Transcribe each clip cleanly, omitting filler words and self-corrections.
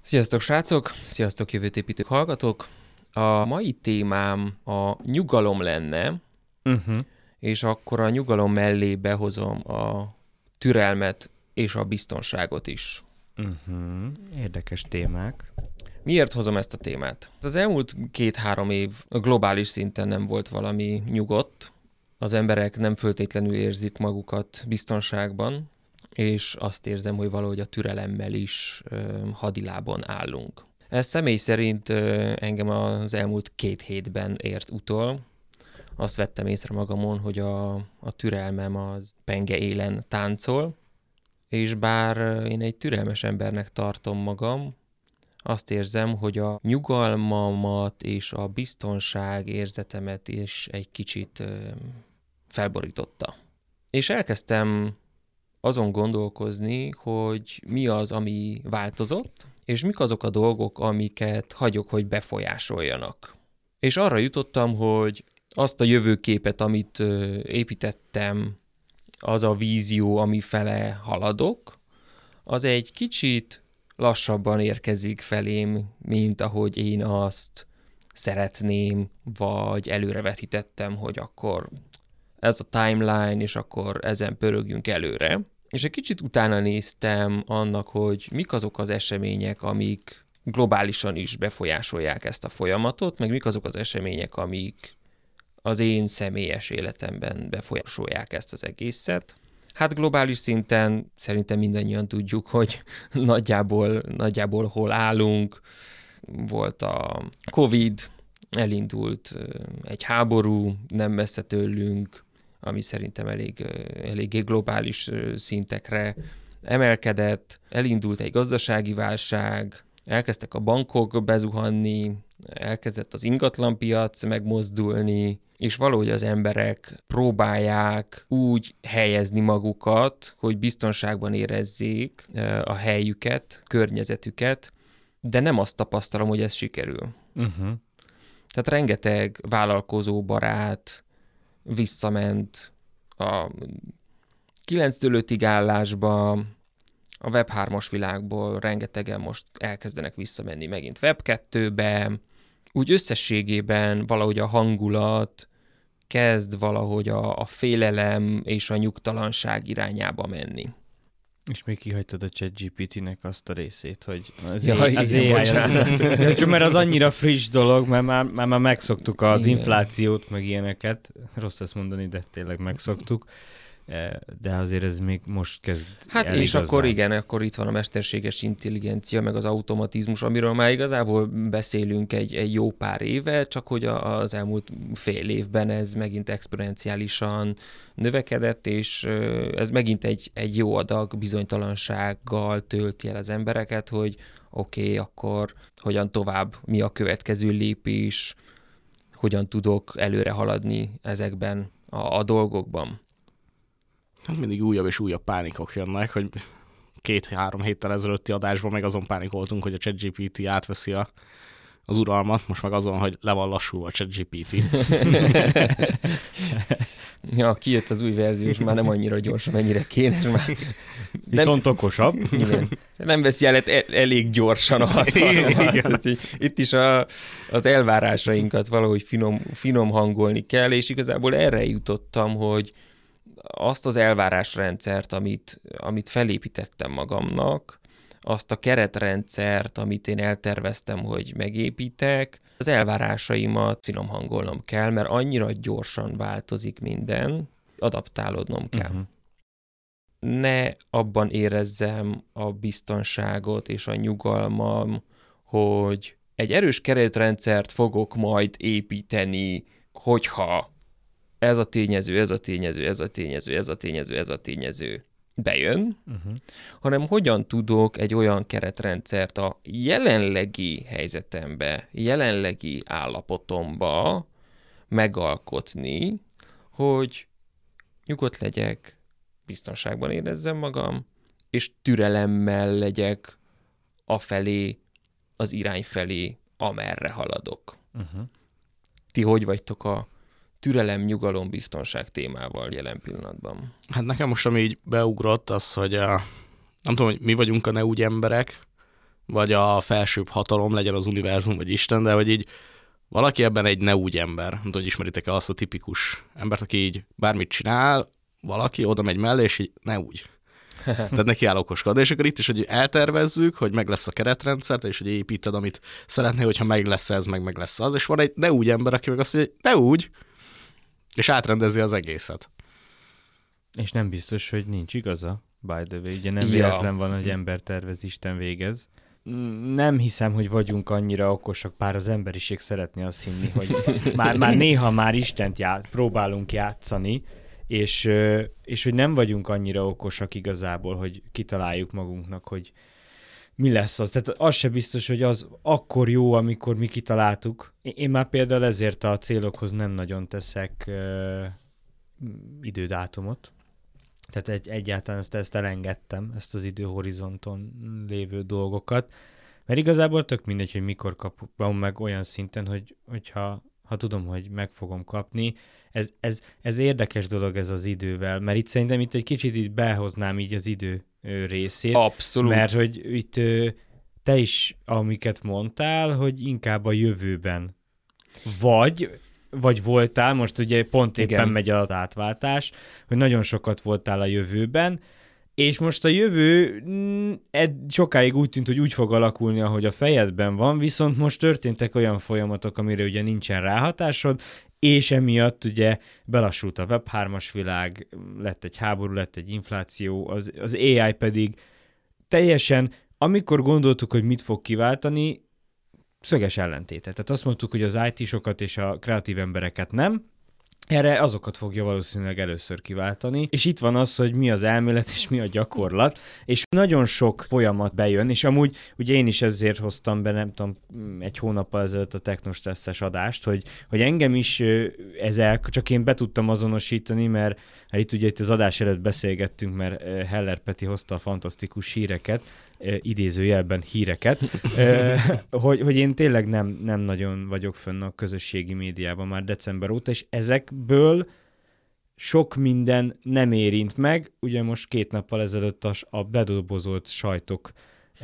Sziasztok, srácok! Sziasztok, jövőtépítő hallgatók! A mai témám a nyugalom lenne, és akkor a nyugalom mellé behozom a türelmet és a biztonságot is. Érdekes témák. Miért hozom ezt a témát? Az elmúlt 2-3 év globális szinten nem volt valami nyugodt. Az emberek nem föltétlenül érzik magukat biztonságban, és azt érzem, hogy valahogy a türelemmel is hadilábon állunk. Ez személy szerint engem az elmúlt 2 hétben ért utol. Azt vettem észre magamon, hogy a türelmem az penge élen táncol, és bár én egy türelmes embernek tartom magam, azt érzem, hogy a nyugalmamat és a biztonság érzetemet is egy kicsit felborította. És elkezdtem azon gondolkozni, hogy mi az, ami változott, és mik azok a dolgok, amiket hagyok, hogy befolyásoljanak. És arra jutottam, hogy azt a jövőképet, amit építettem, az a vízió, ami fele haladok, az egy kicsit lassabban érkezik felém, mint ahogy én azt szeretném, vagy előrevetítettem, hogy akkor ez a timeline, és akkor ezen pörögjünk előre. És egy kicsit utána néztem annak, hogy mik azok az események, amik globálisan is befolyásolják ezt a folyamatot, meg mik azok az események, amik az én személyes életemben befolyásolják ezt az egészet. Hát globális szinten szerintem mindannyian tudjuk, hogy nagyjából hol állunk. Volt a Covid, elindult egy háború nem messze tőlünk, ami szerintem eléggé globális szintekre emelkedett, elindult egy gazdasági válság, elkezdtek a bankok bezuhanni, elkezdett az ingatlanpiac megmozdulni, és valahogy az emberek próbálják úgy helyezni magukat, hogy biztonságban érezzék a helyüket, környezetüket, de nem azt tapasztalom, hogy ez sikerül. Tehát rengeteg vállalkozó barát visszament a 9-től 5-ig állásba, a Web3-as világból rengetegen most elkezdenek visszamenni megint Web2-be, úgy összességében valahogy a hangulat kezd valahogy a félelem és a nyugtalanság irányába menni. És még kihagytad a ChatGPT-nek azt a részét, hogy az mert az annyira friss dolog, mert már megszoktuk az inflációt, meg ilyeneket. Rossz ezt mondani, de tényleg megszoktuk. De azért ez még most kezd és akkor itt van a mesterséges intelligencia, meg az automatizmus, amiről már igazából beszélünk egy jó pár éve, csak hogy az elmúlt fél évben ez megint exponenciálisan növekedett, és ez megint egy jó adag bizonytalansággal tölti el az embereket, hogy oké, akkor hogyan tovább, mi a következő lépés, hogyan tudok előre haladni ezekben a dolgokban. Hát mindig újabb és újabb pánikok jönnek, hogy 2-3 héttel ezelőtti adásban meg azon pánikoltunk, hogy a ChatGPT átveszi az uralmat, most meg azon, hogy le van lassulva a ChatGPT. Ja, kijött az új verzió, és már nem annyira gyors, mennyire kéne. Viszont okosabb. Igen. Nem veszi el elég gyorsan a hatalmat. Itt is az elvárásainkat valahogy finom hangolni kell, és igazából erre jutottam, hogy azt az elvárásrendszert, amit felépítettem magamnak, azt a keretrendszert, amit én elterveztem, hogy megépítek, az elvárásaimat finom hangolnom kell, mert annyira gyorsan változik minden, adaptálódnom kell. Ne abban érezzem a biztonságot és a nyugalmam, hogy egy erős keretrendszert fogok majd építeni, hogyha ez a tényező bejön, hanem hogyan tudok egy olyan keretrendszert a jelenlegi helyzetembe, jelenlegi állapotomba megalkotni, hogy nyugodt legyek, biztonságban érezzem magam, és türelemmel legyek afelé, az irány felé, amerre haladok. Ti hogy vagytok a türelem, nyugalom, biztonság témával jelen pillanatban? Hát nekem most, ami így beugrott, az, hogy nem tudom, hogy mi vagyunk a ne úgy emberek, vagy a felsőbb hatalom, legyen az univerzum, vagy Isten, de hogy így valaki ebben egy ne úgy ember. Nem tudom, hogy ismeritek-e azt a tipikus embert, aki így bármit csinál, valaki oda megy mellé, és így ne úgy. Tehát neki áll okoskodni. És akkor itt is, hogy eltervezzük, hogy meg lesz a keretrendszer, és hogy építed, amit szeretnél, hogyha meg lesz ez, meg lesz az. És van egy ne úgy ember, aki meg azt mondja, hogy ne úgy, és átrendezi az egészet. És nem biztos, hogy nincs igaza, by the way. Ugye nem véletlen van, hogy ember tervez, Isten végez. Nem hiszem, hogy vagyunk annyira okosak, bár az emberiség szeretné azt hinni, hogy már néha már Istent próbálunk játszani, és hogy nem vagyunk annyira okosak igazából, hogy kitaláljuk magunknak, hogy mi lesz az. Tehát az se biztos, hogy az akkor jó, amikor mi kitaláltuk. Én már például ezért a célokhoz nem nagyon teszek idődátumot. Tehát egyáltalán ezt elengedtem, ezt az időhorizonton lévő dolgokat. Mert igazából tök mindegy, hogy mikor kapom meg olyan szinten, hogyha tudom, hogy meg fogom kapni. Ez érdekes dolog ez az idővel, mert itt szerintem itt egy kicsit így behoznám így az idő részét. Abszolút. Mert hogy itt te is, amiket mondtál, hogy inkább a jövőben vagy voltál, most ugye pont éppen megy az átváltás, hogy nagyon sokat voltál a jövőben, és most a jövő sokáig úgy tűnt, hogy úgy fog alakulni, ahogy a fejedben van, viszont most történtek olyan folyamatok, amire ugye nincsen ráhatásod, és emiatt ugye belassult a Web3-as világ, lett egy háború, lett egy infláció, az AI pedig teljesen, amikor gondoltuk, hogy mit fog kiváltani, szöges ellentéte. Tehát azt mondtuk, hogy az IT-sokat és a kreatív embereket nem, erre azokat fogja valószínűleg először kiváltani, és itt van az, hogy mi az elmélet és mi a gyakorlat, és nagyon sok folyamat bejön, és amúgy ugye én is ezért hoztam be, nem tudom, egy hónappal ezelőtt a technostresszes adást, hogy engem is csak én be tudtam azonosítani, mert itt ugye itt az adás előtt beszélgettünk, mert Heller Peti hozta a fantasztikus híreket, idézőjelben híreket, hogy én tényleg nem nagyon vagyok fönn a közösségi médiában már december óta, és ezekből sok minden nem érint meg. Ugye most 2 nappal ezelőtt a bedobozolt sajtok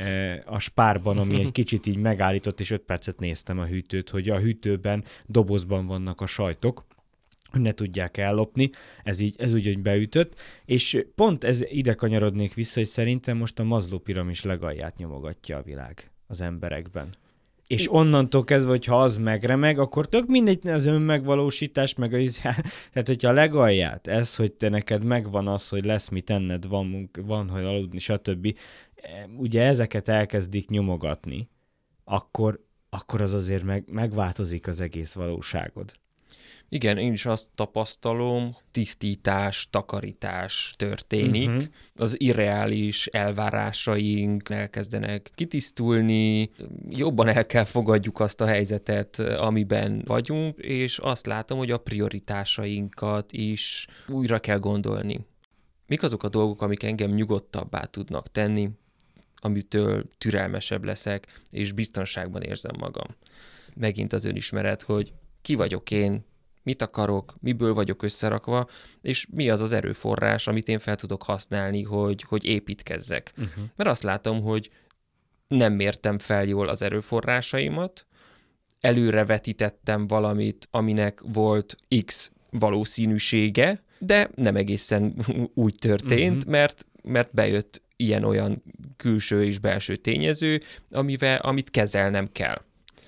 a Spárban, ami egy kicsit így megállított, és 5 percet néztem a hűtőt, hogy a hűtőben dobozban vannak a sajtok, hogy ne tudják ellopni, ez úgy, hogy beütött, és pont ez ide kanyarodnék vissza, hogy szerintem most a Maslow piramis legalját nyomogatja a világ az emberekben. És onnantól kezdve, hogyha az megremeg, akkor tök mindegy az önmegvalósítás, meg tehát hogyha a legalját, ez, hogy te neked megvan az, hogy lesz mit enned, van hogy aludni, stb. Ugye ezeket elkezdik nyomogatni, akkor az azért megváltozik az egész valóságod. Igen, én is azt tapasztalom, tisztítás, takarítás történik. Az irreális elvárásaink elkezdenek kitisztulni, jobban el kell fogadjuk azt a helyzetet, amiben vagyunk, és azt látom, hogy a prioritásainkat is újra kell gondolni. Mik azok a dolgok, amik engem nyugodtabbá tudnak tenni, amitől türelmesebb leszek, és biztonságban érzem magam. Megint az önismeret, hogy ki vagyok én, mit akarok, miből vagyok összerakva, és mi az az erőforrás, amit én fel tudok használni, hogy építkezzek. Mert azt látom, hogy nem mértem fel jól az erőforrásaimat, előre vetítettem valamit, aminek volt X valószínűsége, de nem egészen úgy történt, mert bejött ilyen-olyan külső és belső tényező, amit kezelnem kell.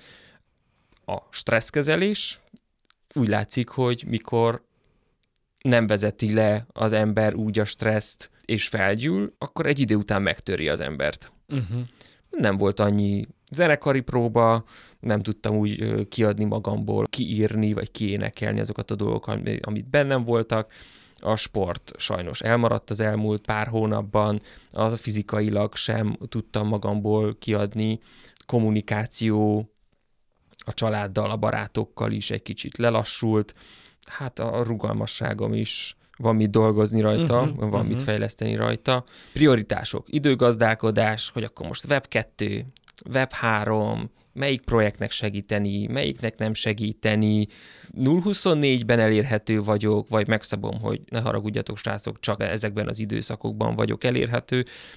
A stresszkezelés úgy látszik, hogy mikor nem vezeti le az ember úgy a stresszt és felgyűl, akkor egy idő után megtöri az embert. Nem volt annyi zenekari próba, nem tudtam úgy kiadni magamból, kiírni vagy kiénekelni azokat a dolgokat, amit bennem voltak. A sport sajnos elmaradt az elmúlt pár hónapban, fizikailag sem tudtam magamból kiadni, kommunikáció a családdal, a barátokkal is egy kicsit lelassult, hát a rugalmasságom is, van mit dolgozni rajta, van mit fejleszteni rajta. Prioritások, időgazdálkodás, hogy akkor most Web 2, Web 3, melyik projektnek segíteni, melyiknek nem segíteni, 0-24-ben elérhető vagyok, vagy megszabom, hogy ne haragudjatok srácok, csak ezekben az időszakokban vagyok elérhető.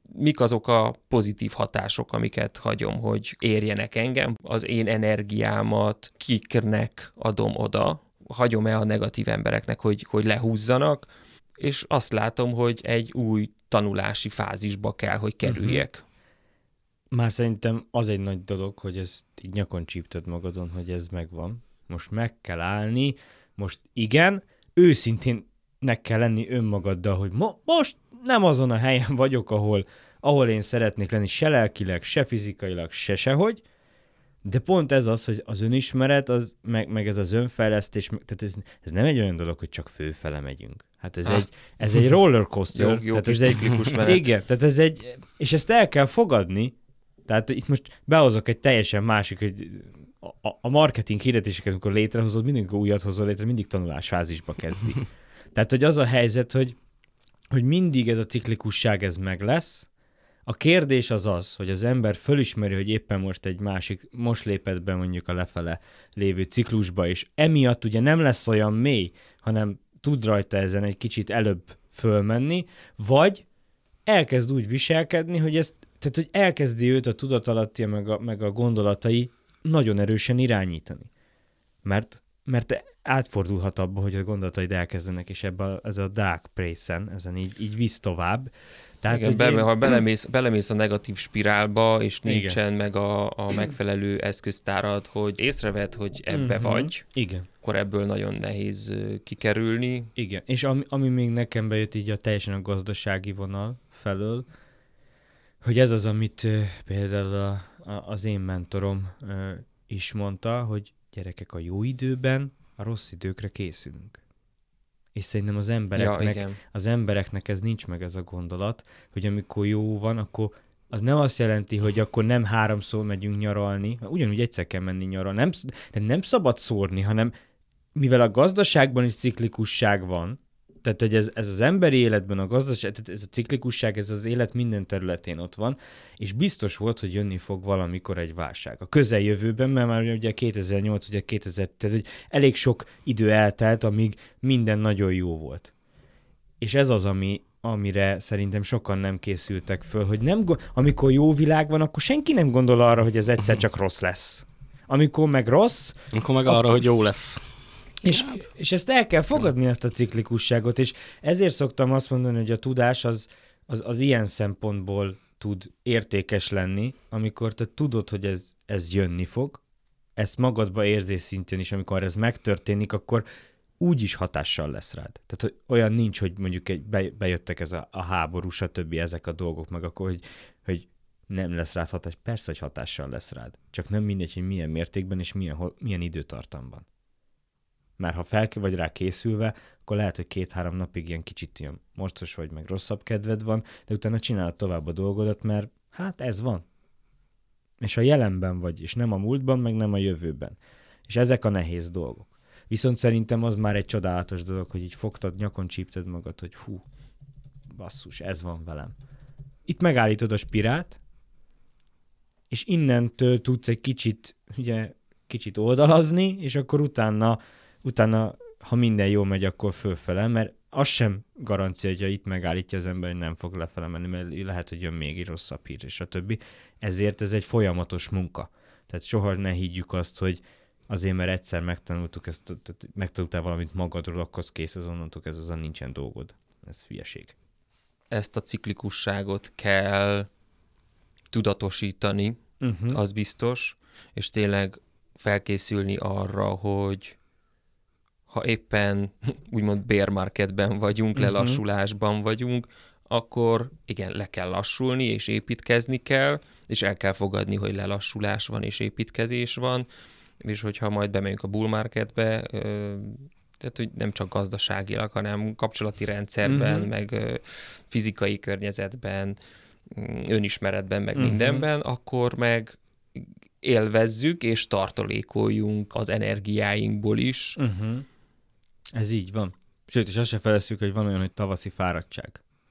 mik azok a pozitív hatások, amiket hagyom, hogy érjenek engem, az én energiámat kiknek adom oda, hagyom-e a negatív embereknek, hogy lehúzzanak, és azt látom, hogy egy új tanulási fázisba kell, hogy kerüljek. Már szerintem az egy nagy dolog, hogy ezt így nyakon csípted magadon, hogy ez megvan. Most meg kell állni, most igen, őszinténnek kell lenni önmagaddal, hogy most nem azon a helyen vagyok, ahol én szeretnék lenni, se lelkileg, se fizikailag, sehogy, de pont ez az, hogy az önismeret, meg ez az önfejlesztés, tehát ez nem egy olyan dolog, hogy csak fölfele megyünk. Hát ez egy rollercoaster. Jó tehát kis ciklikus menet. Igen, tehát és ezt el kell fogadni. Tehát itt most behozok egy teljesen másik, hogy a marketing hirdetéseket, amikor létrehozod, mindig újat hozol létre, mindig tanulásfázisba kezdi. Tehát, hogy az a helyzet, hogy mindig ez a ciklikusság ez meg lesz. A kérdés az, hogy az ember fölismeri, hogy éppen most lépett be mondjuk a lefele lévő ciklusba, és emiatt ugye nem lesz olyan mély, hanem tud rajta ezen egy kicsit előbb fölmenni, vagy elkezd úgy viselkedni, tehát, hogy elkezdi őt a tudatalattia meg a gondolatai nagyon erősen irányítani. Mert átfordulhat abba, hogy a gondolataid elkezdenek, és ez a dark place-en, ezen így visz tovább. Tehát, igen, ha belemész a negatív spirálba, és nincsen meg a megfelelő eszköztárad, hogy észrevedd, hogy ebbe vagy, igen. Akkor ebből nagyon nehéz kikerülni. Igen, és ami még nekem bejött így teljesen a gazdasági vonal felől, hogy ez az, amit például az én mentorom is mondta, hogy gyerekek, a jó időben a rossz időkre készülünk. És szerintem az embereknek ez nincs meg ez a gondolat, hogy amikor jó van, akkor az nem azt jelenti, hogy akkor nem 3-szor megyünk nyaralni, ugyanúgy egyszer kell menni nyaralni. Nem szabad szórni, hanem mivel a gazdaságban is ciklikusság van, tehát hogy ez az emberi életben a gazdaság, tehát ez a ciklikusság, ez az élet minden területén ott van, és biztos volt, hogy jönni fog valamikor egy válság. A közeljövőben, mert már ugye 2008, ugye 2000, tehát hogy elég sok idő eltelt, amíg minden nagyon jó volt. És ez az, amire szerintem sokan nem készültek föl, hogy amikor jó világ van, akkor senki nem gondol arra, hogy ez egyszer csak rossz lesz. Amikor meg rossz... Akkor meg arra, hogy jó lesz. És ezt el kell fogadni, ezt a ciklikusságot, és ezért szoktam azt mondani, hogy a tudás az ilyen szempontból tud értékes lenni, amikor te tudod, hogy ez jönni fog, ezt magadba érzés szintén is, amikor ez megtörténik, akkor úgyis hatással lesz rád. Tehát hogy olyan nincs, hogy mondjuk bejöttek ez a háború, stb. Ezek a dolgok, meg akkor, hogy nem lesz rád hatás. Persze, hogy hatással lesz rád. Csak nem mindegy, hogy milyen mértékben és milyen időtartamban. Mert ha fel vagy rá készülve, akkor lehet, hogy 2-3 napig ilyen kicsit ilyen morcos vagy, meg rosszabb kedved van, de utána csinálod tovább a dolgodat, mert hát ez van. És a jelenben vagy, és nem a múltban, meg nem a jövőben. És ezek a nehéz dolgok. Viszont szerintem az már egy csodálatos dolog, hogy így fogtad, nyakon csípted magad, hogy hú, basszus, ez van velem. Itt megállítod a spirált, és innentől tudsz egy kicsit oldalazni, és akkor utána, ha minden jól megy, akkor fölfele, mert az sem garancia, hogyha itt megállítja az ember, hogy nem fog lefele menni, mert lehet, hogy jön még rosszabb hír, és a többi. Ezért ez egy folyamatos munka. Tehát soha ne higgyük azt, hogy azért, mert egyszer megtanultuk ezt, megtanultál valamit magadról, akkor kész, onnantól ez nincsen dolgod. Ez hülyeség. Ezt a ciklikusságot kell tudatosítani, az biztos, és tényleg felkészülni arra, hogy ha éppen úgymond bear marketben vagyunk, lelassulásban vagyunk, akkor igen, le kell lassulni, és építkezni kell, és el kell fogadni, hogy lelassulás van, és építkezés van, és hogyha majd bemegyünk a bull marketbe, tehát hogy nem csak gazdaságilag, hanem kapcsolati rendszerben, meg fizikai környezetben, önismeretben, meg mindenben, akkor meg élvezzük és tartalékoljunk az energiáinkból is. Ez így van. Sőt, és azt se felezzük, hogy van olyan, hogy tavaszi fáradtság.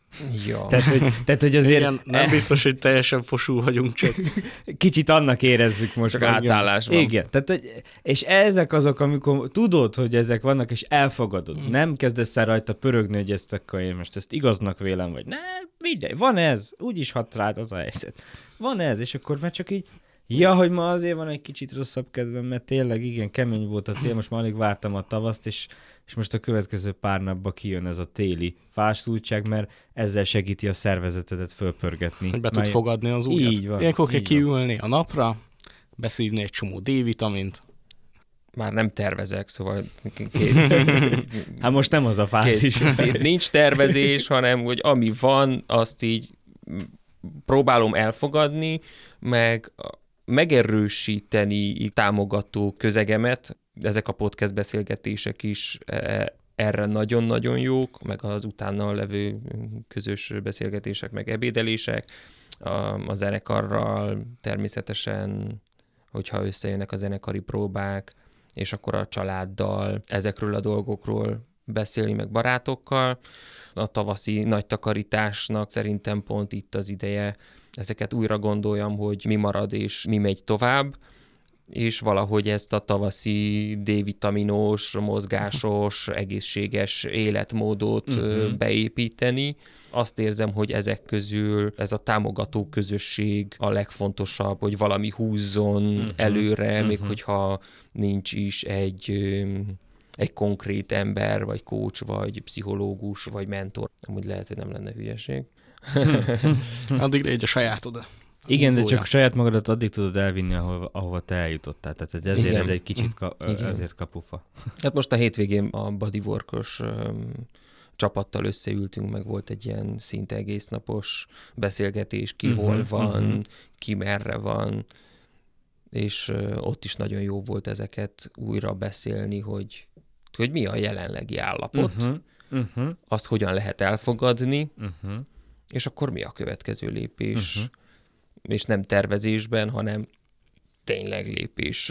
Ja. Tehát, hogy azért... Igen, nem biztos, hogy teljesen fosul vagyunk, csak... Kicsit annak érezzük most. Csak átállás van. Igen. Tehát, és ezek azok, amikor tudod, hogy ezek vannak, és elfogadod. Nem kezdesz el rajta pörögni, hogy ezt akkor én most ezt igaznak vélem, vagy nem, mindegy, van ez, úgyis hat rád az a helyzet. Van ez, és akkor már csak így, ja, hogy ma azért van egy kicsit rosszabb kedvem, mert tényleg igen, kemény volt a tél, most már alig vártam a tavaszt, és most a következő pár napban kijön ez a téli fásultság, mert ezzel segíti a szervezetedet fölpörgetni. Hogy be tud fogadni az újat. Így van. Ilyenkor kell kiülni a napra, beszívni egy csomó D-vitamint. Már nem tervezek, szóval kész. Hát most nem az a fázis. Nincs tervezés, hanem hogy ami van, azt így próbálom elfogadni, meg megerősíteni támogató közegemet. Ezek a podcast beszélgetések is erre nagyon-nagyon jók, meg az utána levő közös beszélgetések, meg ebédelések. A zenekarral természetesen, hogyha összejönnek a zenekari próbák, és akkor a családdal ezekről a dolgokról beszélni, meg barátokkal. A tavaszi nagy takarításnak szerintem pont itt az ideje ezeket újra gondoljam, hogy mi marad és mi megy tovább, és valahogy ezt a tavaszi D-vitaminos, mozgásos, egészséges életmódot beépíteni. Azt érzem, hogy ezek közül ez a támogató közösség a legfontosabb, hogy valami húzzon előre, még hogyha nincs is egy konkrét ember, vagy coach, vagy pszichológus, vagy mentor. Amúgy lehet, hogy nem lenne hülyeség. Addig légy a sajátod. Igen, de csak saját magadat addig tudod elvinni, ahova te eljutottál. Tehát ezért igen. Ez egy kicsit ezért kapufa. Hát most a hétvégén a bodywork-os csapattal összeültünk, meg volt egy ilyen szinte egésznapos beszélgetés, ki hol van, ki merre van, és ott is nagyon jó volt ezeket újra beszélni, hogy mi a jelenlegi állapot, azt hogyan lehet elfogadni, és akkor mi a következő lépés. És nem tervezésben, hanem tényleg lépés.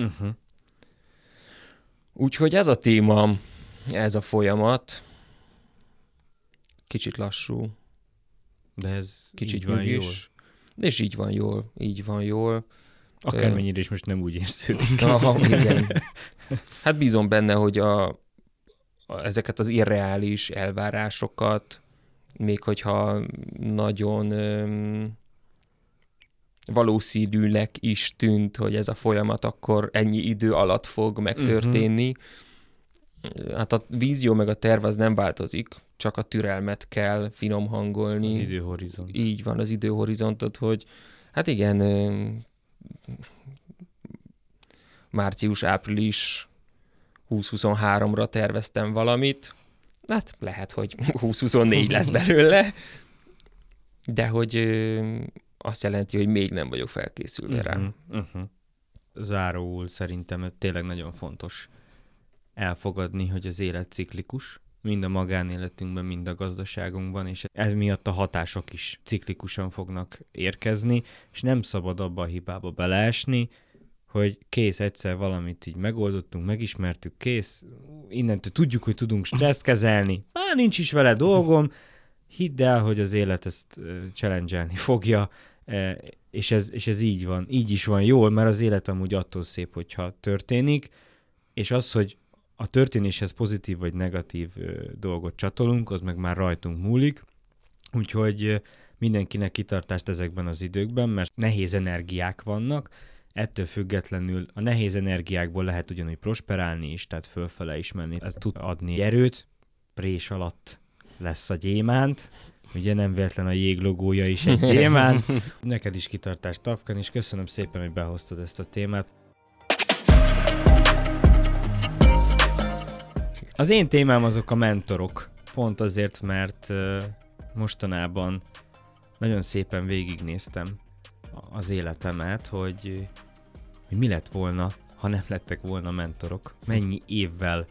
Úgyhogy ez a téma, ez a folyamat kicsit lassú. De ez kicsit így van jól. És így van jól. Akármennyire is most nem úgy érződik. Igen. Hát bízom benne, hogy ezeket az irreális elvárásokat, még hogyha nagyon valószínűnek is tűnt, hogy ez a folyamat akkor ennyi idő alatt fog megtörténni. Hát a vízió meg a terv az nem változik, csak a türelmet kell finom hangolni. Az időhorizont. Így van, az időhorizontot, hogy hát igen, március-április 2023-ra terveztem valamit, hát lehet, hogy 2024 lesz belőle, de hogy azt jelenti, hogy még nem vagyok felkészülve rá. Záróul szerintem tényleg nagyon fontos elfogadni, hogy az élet ciklikus, mind a magánéletünkben, mind a gazdaságunkban, és ez miatt a hatások is ciklikusan fognak érkezni, és nem szabad abba a hibába beleesni, hogy kész, egyszer valamit így megoldottunk, megismertük, kész, innentől tudjuk, hogy tudunk stresszt kezelni, már nincs is vele dolgom, hidd el, hogy az élet ezt challenge-elni fogja, és ez így van. Így is van jól, mert az élet amúgy attól szép, hogyha történik, és az, hogy a történéshez pozitív vagy negatív dolgot csatolunk, az meg már rajtunk múlik, úgyhogy mindenkinek kitartást ezekben az időkben, mert nehéz energiák vannak, ettől függetlenül a nehéz energiákból lehet ugyanúgy prosperálni is, tehát fölfele is menni. Ez tud adni erőt, prés alatt lesz a gyémánt, ugye nem véletlen a jég logója is egy gyémánt. Neked is kitartást, Tafkan, és köszönöm szépen, hogy behoztad ezt a témát. Az én témám azok a mentorok, pont azért, mert mostanában nagyon szépen végignéztem az életemet, hogy mi lett volna, ha nem lettek volna mentorok. Mennyi évvel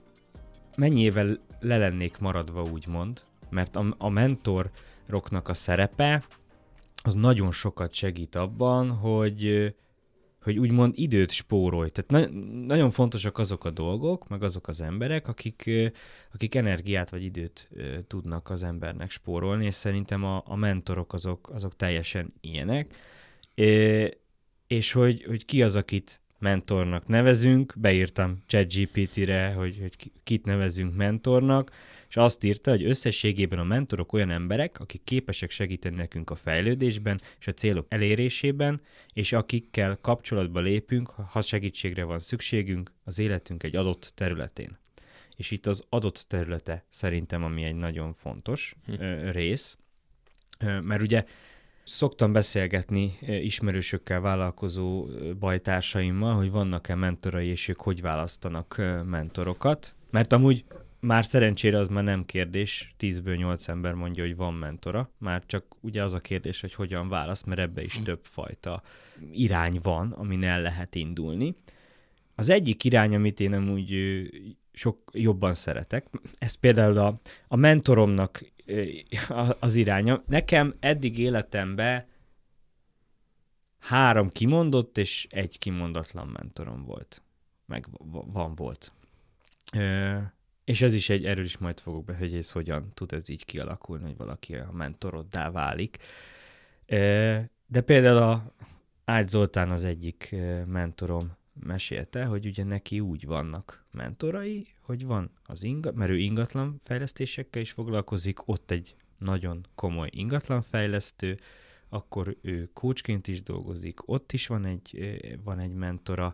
le lennék maradva, úgymond, mert a mentoroknak a szerepe az nagyon sokat segít abban, hogy hogy úgymond időt spórolj. Tehát nagyon fontosak azok a dolgok, meg azok az emberek, akik energiát vagy időt tudnak az embernek spórolni, és szerintem a mentorok azok teljesen ilyenek. És hogy ki az, akit mentornak nevezünk, beírtam ChatGPT-re, hogy kit nevezünk mentornak, és azt írta, hogy összességében a mentorok olyan emberek, akik képesek segíteni nekünk a fejlődésben és a célok elérésében, és akikkel kapcsolatba lépünk, ha segítségre van szükségünk az életünk egy adott területén. És itt az adott területe szerintem, ami egy nagyon fontos rész, mert ugye szoktam beszélgetni ismerősökkel, vállalkozó bajtársaimmal, hogy vannak-e mentorai, és ők hogy választanak mentorokat, mert amúgy már szerencsére az már nem kérdés, 10-ből 8 ember mondja, hogy van mentora, már csak ugye az a kérdés, hogy hogyan választ, mert ebbe is több fajta irány van, amin el lehet indulni. Az egyik irány, amit én amúgy sok jobban szeretek, ez például a mentoromnak az iránya. Nekem eddig életemben 3 kimondott és 1 kimondatlan mentorom volt. Meg volt. És ez is erről is majd fogok be, hogy ez hogyan tud ez így kialakulni, hogy valaki a mentoroddá válik. De például a Ágy Zoltán az egyik mentorom mesélte, hogy ugye neki úgy vannak mentorai, hogy van mert ő ingatlan fejlesztésekkel is foglalkozik, ott egy nagyon komoly ingatlanfejlesztő, akkor ő coachként is dolgozik, ott is van egy mentora,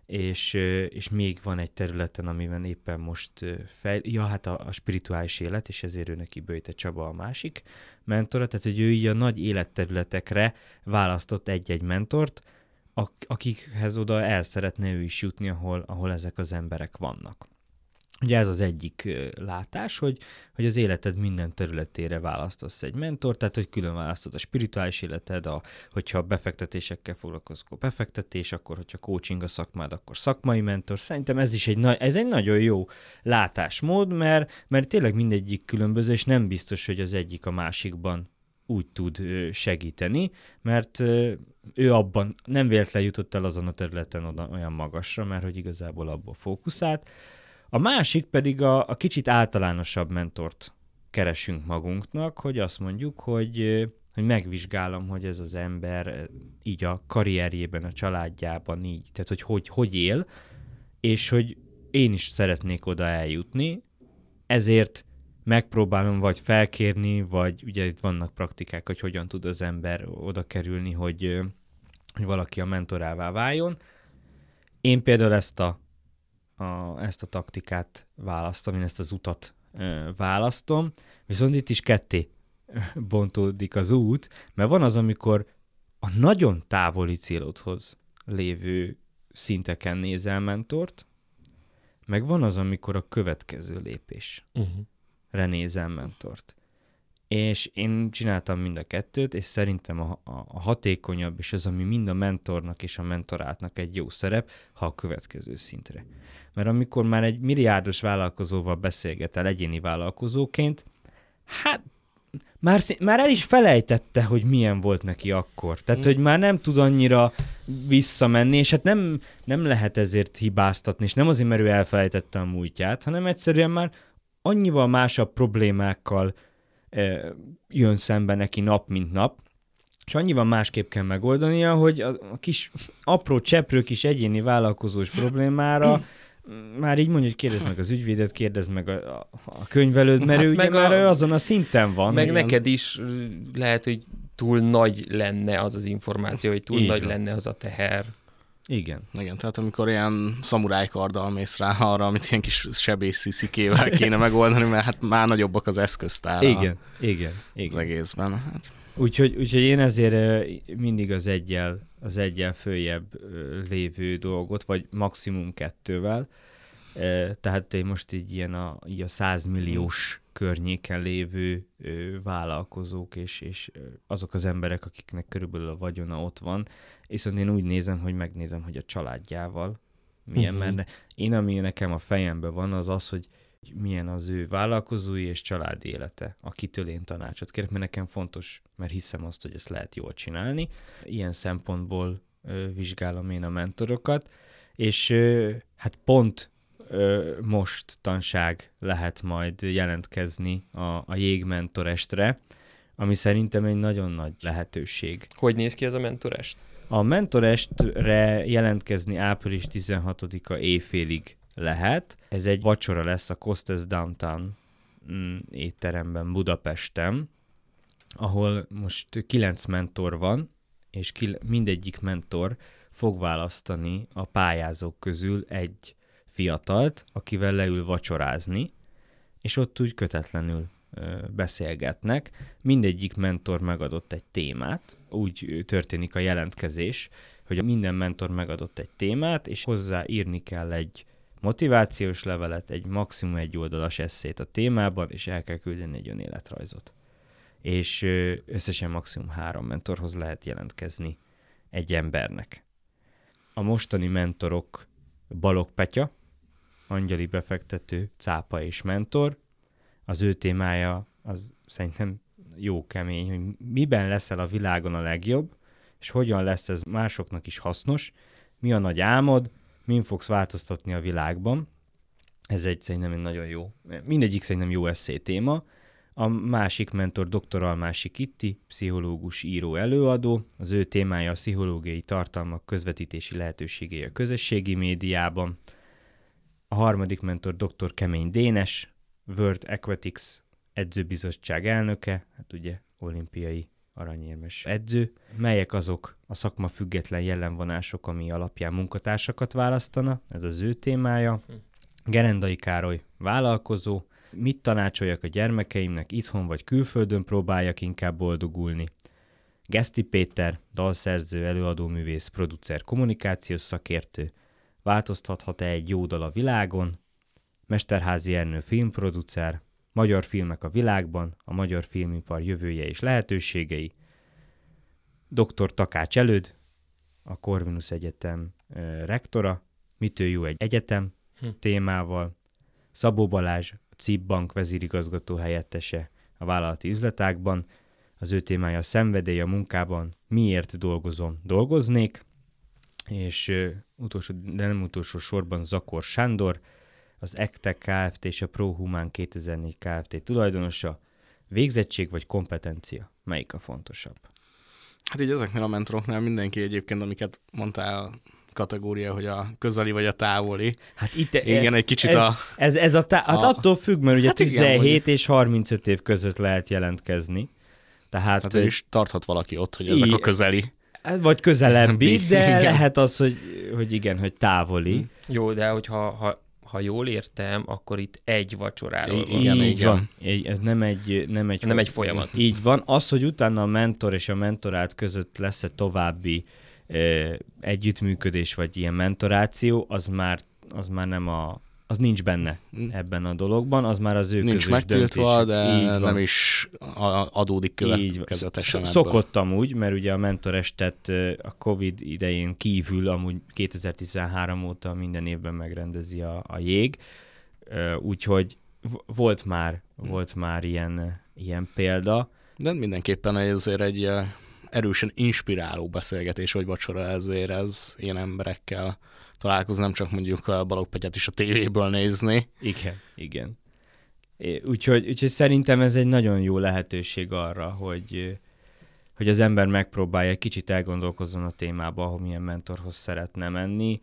és még van egy területen, amiben éppen most hát a spirituális élet, és ezért ő neki Böjte Csaba a másik mentora, tehát hogy ő így a nagy életterületekre választott egy-egy mentort, akikhez oda el szeretne ő is jutni, ahol ezek az emberek vannak. Ugye ez az egyik látás, hogy az életed minden területére választasz egy mentort, tehát hogy külön választod a spirituális életed, hogyha befektetésekkel foglalkozol, akkor befektetés, akkor hogyha coaching a szakmád, akkor szakmai mentor. Szerintem ez is egy nagyon jó látásmód, mert tényleg mindegyik különböző, és nem biztos, hogy az egyik a másikban úgy tud segíteni, mert ő abban nem véletlenül jutott el azon a területen olyan magasra, mert hogy igazából abból fókuszált. A másik pedig a kicsit általánosabb mentort keresünk magunknak, hogy azt mondjuk, hogy megvizsgálom, hogy ez az ember így a karrierjében, a családjában így, tehát hogy él, és hogy én is szeretnék oda eljutni, ezért megpróbálom vagy felkérni, vagy ugye itt vannak praktikák, hogy hogyan tud az ember oda kerülni, hogy valaki a mentorává váljon. Én például ezt a taktikát választom, én ezt az utat választom, viszont itt is ketté bontódik az út, mert van az, amikor a nagyon távoli célodhoz lévő szinteken nézel mentort, meg van az, amikor a következő lépésre nézel mentort. És én csináltam mind a kettőt, és szerintem a hatékonyabb, és az, ami mind a mentornak és a mentorátnak egy jó szerep, ha a következő szintre. Mert amikor már egy milliárdos vállalkozóval beszélgetel egyéni vállalkozóként, hát már el is felejtette, hogy milyen volt neki akkor. Tehát, hogy már nem tud annyira visszamenni, és hát nem lehet ezért hibáztatni, és nem azért, mert ő elfelejtette a múltját, hanem egyszerűen már annyival másabb problémákkal jön szembe neki nap, mint nap, és annyival másképp kell megoldania, hogy a kis apró cseprő kis egyéni vállalkozós problémára már így mondja, hogy kérdezd meg az ügyvédet, kérdezd meg a könyvelőd, mert ő ugye már azon a szinten van. Meg neked is lehet, hogy túl nagy lenne az információ, hogy túl nagy lenne az a teher. Igen, tehát amikor ilyen szamurájkarddal mész rá arra, amit ilyen kis sebészi szikével kéne megoldani, mert hát már nagyobbak az eszköztára. Igen. Az egészben. Hát. Úgyhogy én ezért mindig az egyel följebb lévő dolgot, vagy maximum 2-vel, tehát én most így így a 100 milliós környéken lévő vállalkozók, és azok az emberek, akiknek körülbelül a vagyona ott van, viszont én úgy nézem, hogy megnézem, hogy a családjával milyen, mert ami nekem a fejemben van, az, hogy milyen az ő vállalkozói és családi élete, akitől én tanácsot kérek, mert nekem fontos, mert hiszem azt, hogy ezt lehet jól csinálni. Ilyen szempontból vizsgálom én a mentorokat, és hát pont mostanság lehet majd jelentkezni a jégmentorestre, ami szerintem egy nagyon nagy lehetőség. Hogy néz ki ez a mentorest? A mentorestre jelentkezni április 16-a éjfélig lehet. Ez egy vacsora lesz a Costes Downtown étteremben Budapesten, ahol most 9 mentor van, és mindegyik mentor fog választani a pályázók közül egy fiatalt, akivel leül vacsorázni, és ott úgy kötetlenül beszélgetnek. Mindegyik mentor megadott egy témát, úgy történik a jelentkezés, hogy minden mentor megadott egy témát, és hozzá írni kell egy motivációs levelet, egy maximum 1 oldalas esszét a témában, és el kell küldeni egy önéletrajzot. És összesen maximum 3 mentorhoz lehet jelentkezni egy embernek. A mostani mentorok Balogh Petya, angyali befektető, cápa és mentor. Az ő témája az szerintem jó kemény, hogy miben leszel a világon a legjobb, és hogyan lesz ez másoknak is hasznos, mi a nagy álmod, min fogsz változtatni a világban. Ez szerintem egy nagyon jó, mindegyik szerintem jó esszé téma. A másik mentor Dr. Almási Kitti, pszichológus, író, előadó. Az ő témája a pszichológiai tartalmak közvetítési lehetőségei a közösségi médiában. A harmadik mentor Dr. Kemény Dénes, World Aquatics edzőbizottság elnöke, hát ugye olimpiai aranyérmes edző. Melyek azok a szakma független jellemvonások, ami alapján munkatársakat választana? Ez az ő témája. Gerendai Károly, vállalkozó. Mit tanácsoljak a gyermekeimnek, itthon vagy külföldön próbáljak inkább boldogulni? Geszti Péter, dalszerző, előadóművész, producer, kommunikációs szakértő. Változtathat-e egy jó dal a világon? Mesterházi Ernő, filmproducer. Magyar filmek a világban, a magyar filmipar jövője és lehetőségei. Dr. Takács Előd, a Corvinus Egyetem rektora. Mitől jó egy egyetem témával. Szabó Balázs, a CIP Bank vezérigazgató helyettese a vállalati üzletágban. Az ő témája a szenvedély a munkában, miért dolgozom, dolgoznék. És utolsó, de nem utolsó sorban Zakor Sándor, az ECTEC Kft. És a ProHuman 2004 Kft. Tulajdonosa. Végzettség vagy kompetencia? Melyik a fontosabb? Hát így ezeknél a mentoroknál mindenki egyébként, amiket mondtál, kategória, hogy a közeli vagy a távoli. Hát itt igen, egy kicsit hát attól függ, mert ugye hát 17 igen, és 35 év között lehet jelentkezni. Tehát is tarthat valaki ott, hogy ezek a közeli. Vagy közelebbi, de igen. Lehet az, hogy igen, hogy távoli. Jó, de hogyha ha jól értem, akkor itt egy vacsoráról van. Igen, így van. Ez nem egy folyamat. Így van. Az, hogy utána a mentor és a mentorált között lesz-e további együttműködés, vagy ilyen mentoráció, az már nem az nincs benne ebben a dologban, az már az ő nincs közös döntés. Nincs megtiltva, de nem is adódik következetesen ebből. Szokott amúgy, mert ugye a mentorestet a Covid idején kívül amúgy 2013 óta minden évben megrendezi a jég, úgyhogy volt már ilyen példa. De mindenképpen ezért egy erősen inspiráló beszélgetés, vagy vacsora, ezért ez ilyen emberekkel találkozni, nem csak mondjuk a Balogh Petyát is a tévéből nézni. Igen. Úgyhogy szerintem ez egy nagyon jó lehetőség arra, hogy az ember megpróbálja egy kicsit elgondolkozzon a témába, ahol milyen mentorhoz szeretne menni,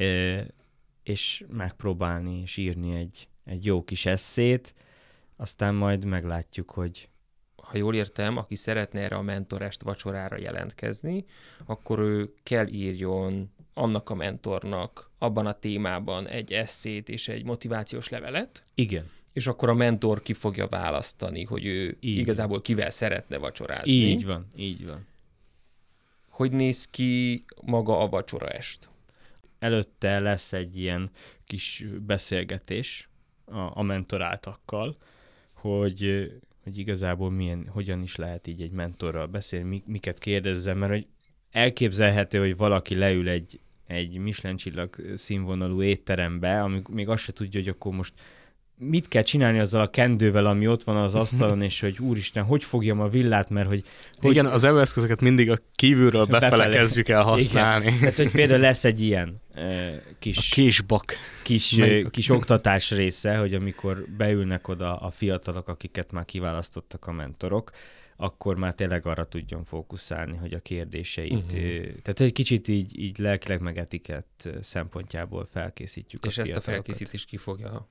és megpróbálni és írni egy jó kis esszét, aztán majd meglátjuk, hogy... Ha jól értem, aki szeretne erre a mentorest vacsorára jelentkezni, akkor ő kell írjon annak a mentornak abban a témában egy esszét és egy motivációs levelet. Igen. És akkor a mentor ki fogja választani, hogy ő igazából kivel szeretne vacsorázni. Így van. Hogy néz ki maga a vacsoraest? Előtte lesz egy ilyen kis beszélgetés a mentoráltakkal, hogy igazából hogyan is lehet így egy mentorral beszélni, miket kérdezzem, mert hogy elképzelhető, hogy valaki leül egy Michelin csillag színvonalú étterembe, amíg még azt se tudja, hogy akkor most mit kell csinálni azzal a kendővel, ami ott van az asztalon, és hogy úristen, hogy fogjam a villát, mert hogy... Igen, az evőeszközöket mindig a kívülről befele kezdjük el használni. Igen. Tehát, hogy például lesz egy ilyen kis oktatás része, hogy amikor beülnek oda a fiatalok, akiket már kiválasztottak a mentorok, akkor már tényleg arra tudjon fókuszálni, hogy a kérdéseit, tehát egy kicsit így lelkileg meg etikett szempontjából felkészítjük és a fiatalokat. És ezt a felkészítést ki fogja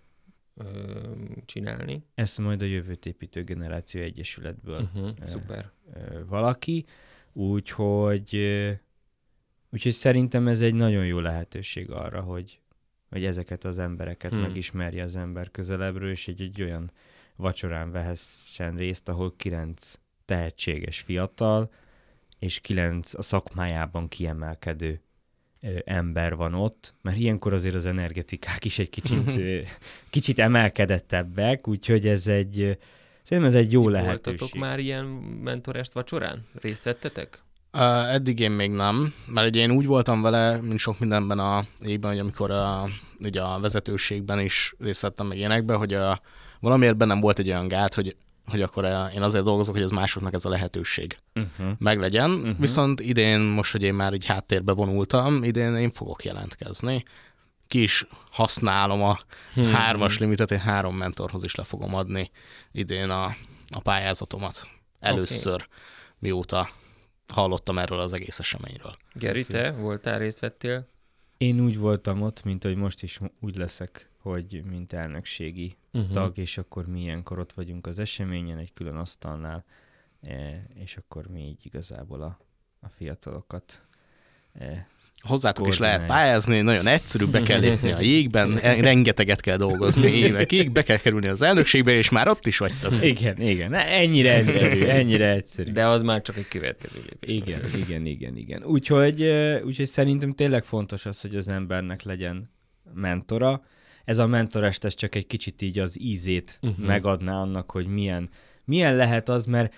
csinálni? Ezt majd a Jövőt Építő Generáció Egyesületből szuper. Valaki, úgyhogy szerintem ez egy nagyon jó lehetőség arra, hogy ezeket az embereket megismerje az ember közelebbről, és egy olyan vacsorán vehessen részt, ahol 9 tehetséges fiatal, és 9 a szakmájában kiemelkedő ember van ott, mert ilyenkor azért az energetikák is egy kicsit emelkedettebbek, úgyhogy szerintem ez egy jó lehetőség. Voltatok már ilyen mentorest vacsorán? Részt vettetek? Eddig én még nem, mert ugye én úgy voltam vele, mint sok mindenben a évben, hogy amikor ugye a vezetőségben is részt vettem meg ilyenekben, hogy valamiért bennem volt egy olyan gát, hogy akkor én azért dolgozok, hogy ez másoknak ez a lehetőség meglegyen. Viszont idén, most, hogy én már így háttérbe vonultam, idén én fogok jelentkezni. Ki is használom a 3-as limitet, én 3 mentorhoz is le fogom adni idén a pályázatomat. Először, mióta hallottam erről az egész eseményről. Geri, te voltál, részt vettél? Én úgy voltam ott, mint hogy most is úgy leszek, hogy mint elnökségi tag, és akkor mi ilyenkor ott vagyunk az eseményen, egy külön asztalnál, és akkor mi így igazából a fiatalokat hozzátok is lehet pályázni, nagyon egyszerű, be kell lépni a jégben, rengeteget kell dolgozni évekig, be kell kerülni az elnökségbe, és már ott is vagytok. Igen. Ennyire egyszerű. De az már csak egy következő lépés. Igen. Úgyhogy szerintem tényleg fontos az, hogy az embernek legyen mentora. Ez a mentorest, ez csak egy kicsit így az ízét megadná annak, hogy milyen lehet az, mert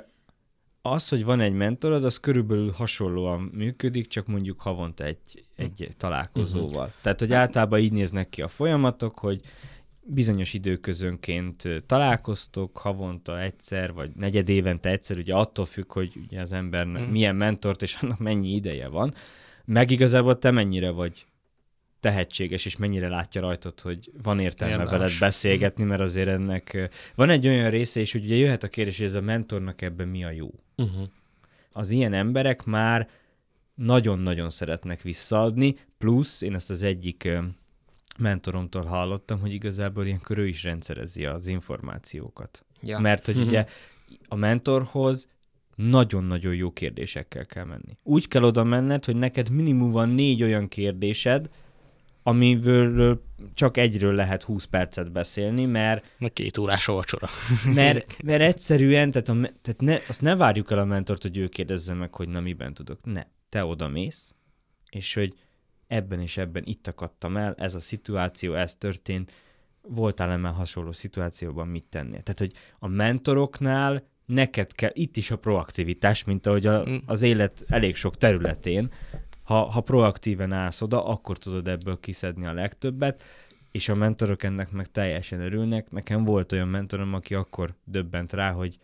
az, hogy van egy mentorod, az körülbelül hasonlóan működik, csak mondjuk havonta egy találkozóval. Tehát, hogy általában így néznek ki a folyamatok, hogy bizonyos időközönként találkoztok, havonta egyszer, vagy negyedévente egyszer, ugye attól függ, hogy ugye az embernek milyen mentort, és annak mennyi ideje van. Meg igazából te mennyire vagy tehetséges, és mennyire látja rajtad, hogy van értelme veled beszélgetni, mert azért ennek van egy olyan része, és ugye jöhet a kérdés, hogy ez a mentornak ebben mi a jó. Az ilyen emberek már nagyon-nagyon szeretnek visszaadni, plusz én ezt az egyik mentoromtól hallottam, hogy igazából ilyenkor ő is rendszerezi az információkat. Ja. Mert hogy ugye a mentorhoz nagyon-nagyon jó kérdésekkel kell menni. Úgy kell oda menned, hogy neked minimum van 4 olyan kérdésed, amiből csak egyről lehet 20 percet beszélni, mert... 2 órás a vacsora. Mert egyszerűen, azt ne várjuk el a mentort, hogy ő kérdezze meg, hogy na miben tudok. Ne, te odamész, és hogy ebben és ebben itt akadtam el, ez a szituáció, ez történt, voltál-e már hasonló szituációban, mit tennél? Tehát, hogy a mentoroknál neked kell, itt is a proaktivitás, mint ahogy az élet elég sok területén, ha proaktíven állsz oda, akkor tudod ebből kiszedni a legtöbbet, és a mentorok ennek meg teljesen örülnek. Nekem volt olyan mentorom, aki akkor döbbent rá, hogy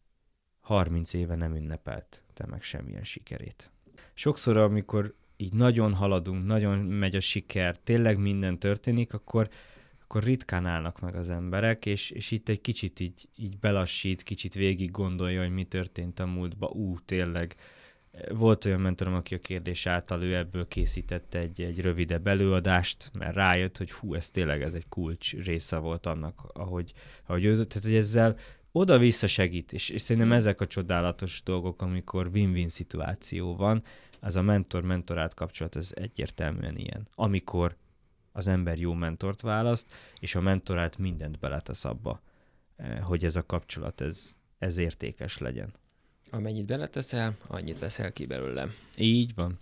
30 éve nem ünnepelt te meg semmilyen sikerét. Sokszor, amikor így nagyon haladunk, nagyon megy a siker, tényleg minden történik, akkor ritkán állnak meg az emberek, és itt egy kicsit így belassít, kicsit végig gondolja, hogy mi történt a múltban. Tényleg. Volt olyan mentorom, aki a kérdés által ő ebből készítette egy rövidebb előadást, mert rájött, hogy ez tényleg ez egy kulcs része volt annak, ahogy ő, tehát hogy ezzel oda-vissza segít, és szerintem ezek a csodálatos dolgok, amikor win-win szituáció van, az a mentor-mentorát kapcsolat, ez egyértelműen ilyen. Amikor az ember jó mentort választ, és a mentorát mindent beletesz abba, hogy ez a kapcsolat, ez értékes legyen. Amennyit beleteszel, annyit veszel ki belőle. Így van.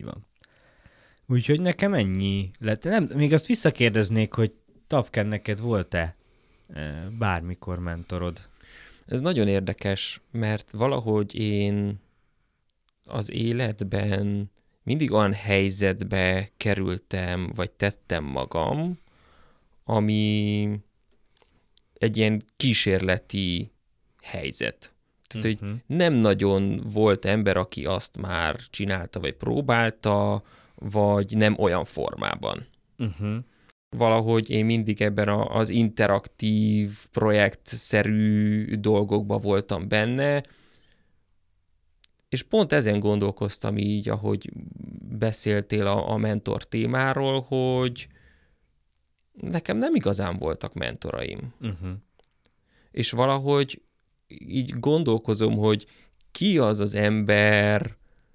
Úgyhogy nekem ennyi lett. Még azt visszakérdeznék, hogy Tavken, neked volt-e bármikor mentorod? Ez nagyon érdekes, mert valahogy én az életben mindig olyan helyzetbe kerültem, vagy tettem magam, ami egy ilyen kísérleti helyzet. Tehát, hogy nem nagyon volt ember, aki azt már csinálta, vagy próbálta, vagy nem olyan formában. Valahogy én mindig ebben az interaktív, projektszerű dolgokban voltam benne, és pont ezen gondolkoztam így, ahogy beszéltél a mentor témáról, hogy nekem nem igazán voltak mentoraim. És valahogy így gondolkozom, hogy ki az az ember,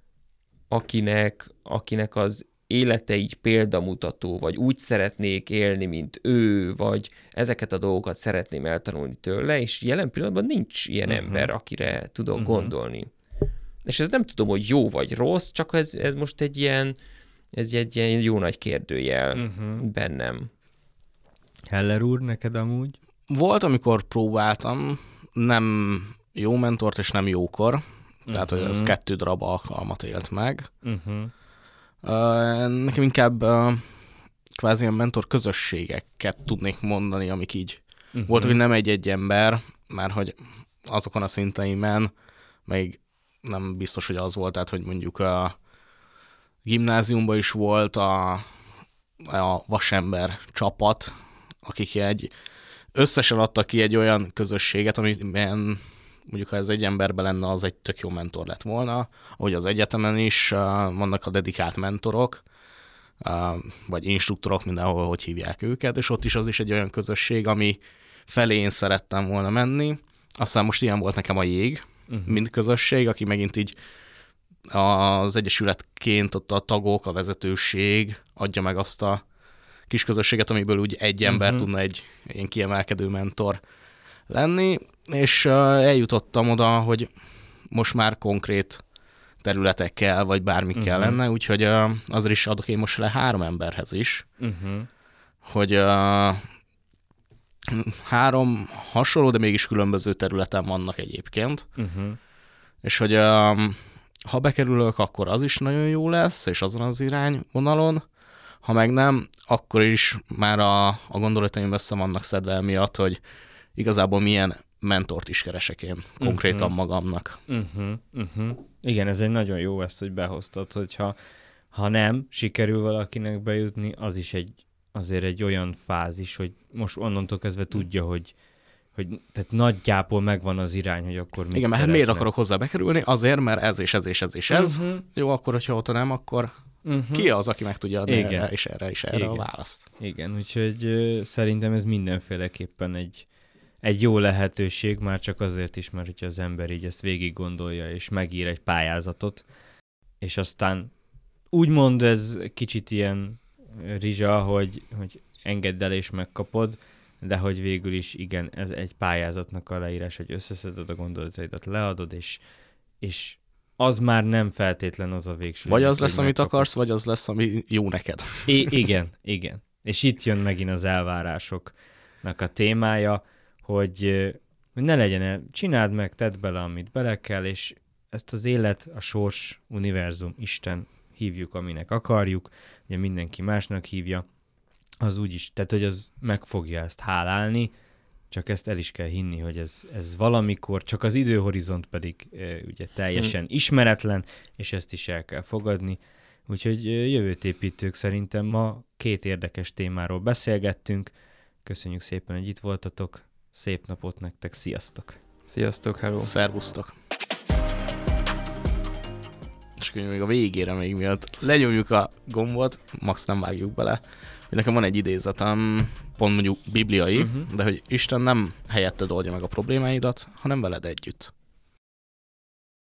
akinek az élete így példamutató, vagy úgy szeretnék élni, mint ő, vagy ezeket a dolgokat szeretném eltanulni tőle, és jelen pillanatban nincs ilyen ember, akire tudok gondolni. És ez nem tudom, hogy jó vagy rossz, csak ez most egy ilyen jó nagy kérdőjel bennem. Heller úr, neked amúgy? Volt, amikor próbáltam, nem jó mentort és nem jókor, tehát hogy ez 2 darab alkalmat élt meg. Nekem inkább kvázi ilyen mentor közösségeket tudnék mondani, amik így voltak, hogy nem egy-egy ember, mert hogy azokon a szinteimen még nem biztos, hogy az volt, tehát hogy mondjuk a gimnáziumban is volt a vasember csapat, akik összesen adtak ki egy olyan közösséget, amiben mondjuk ha ez egy emberben lenne, az egy tök jó mentor lett volna. Ahogy az egyetemen is vannak a dedikált mentorok, vagy instruktorok, mindenhol, hogy hívják őket, és ott is az is egy olyan közösség, ami felé én szerettem volna menni. Aztán most ilyen volt nekem a Jég, mint közösség, aki megint így az egyesületként ott a tagok, a vezetőség adja meg azt a kis közösséget, amiből úgy egy ember tudna egy ilyen kiemelkedő mentor lenni, és eljutottam oda, hogy most már konkrét területekkel, vagy bármi kell lenne, úgyhogy azért is adok én most le 3 emberhez is, hogy 3 hasonló, de mégis különböző területen vannak egyébként, és hogy ha bekerülök, akkor az is nagyon jó lesz, és azon az irányvonalon, ha meg nem, akkor is már a gondolataim össze vannak szedve miatt, hogy igazából milyen mentort is keresek én konkrétan magamnak. Igen, ez egy nagyon jó ezt, hogy behoztad, hogyha nem sikerül valakinek bejutni, az is azért egy olyan fázis, hogy most onnantól kezdve tudja, hogy tehát nagyjából megvan az irány, hogy akkor mit szeretne. Miért akarok hozzá bekerülni? Azért, mert ez és ez és ez és ez. Jó, akkor hogyha ott nem, akkor ki az, aki meg tudja adni erre és erre a választ? Igen, úgyhogy szerintem ez mindenféleképpen egy jó lehetőség, már csak azért is, mert hogyha az ember így ezt végig gondolja, és megír egy pályázatot, és aztán úgymond ez kicsit ilyen rizsa, hogy engedd el és megkapod, de hogy végül is igen, ez egy pályázatnak a leírás, hogy összeszeded a gondolataidat, leadod, és az már nem feltétlen az a végső. Vagy az lesz, amit akarsz, vagy az lesz, ami jó neked. Igen. És itt jön megint az elvárásoknak a témája, hogy ne legyen csináld meg, tedd bele, amit bele kell, és ezt az élet, a sors, univerzum, Isten hívjuk, aminek akarjuk, ugye mindenki másnak hívja, az úgyis, tehát hogy az meg fogja ezt hálálni, csak ezt el is kell hinni, hogy ez valamikor, csak az időhorizont pedig ugye teljesen ismeretlen, és ezt is el kell fogadni. Úgyhogy jövőtépítők, szerintem ma 2 érdekes témáról beszélgettünk. Köszönjük szépen, hogy itt voltatok. Szép napot nektek, sziasztok! Sziasztok, hello! Szervusztok! És akkor még a végére még miatt lenyomjuk a gombot, max nem vágjuk bele, hogy nekem van egy idézetem, pont mondjuk bibliai, de hogy Isten nem helyetted oldja meg a problémáidat, hanem veled együtt.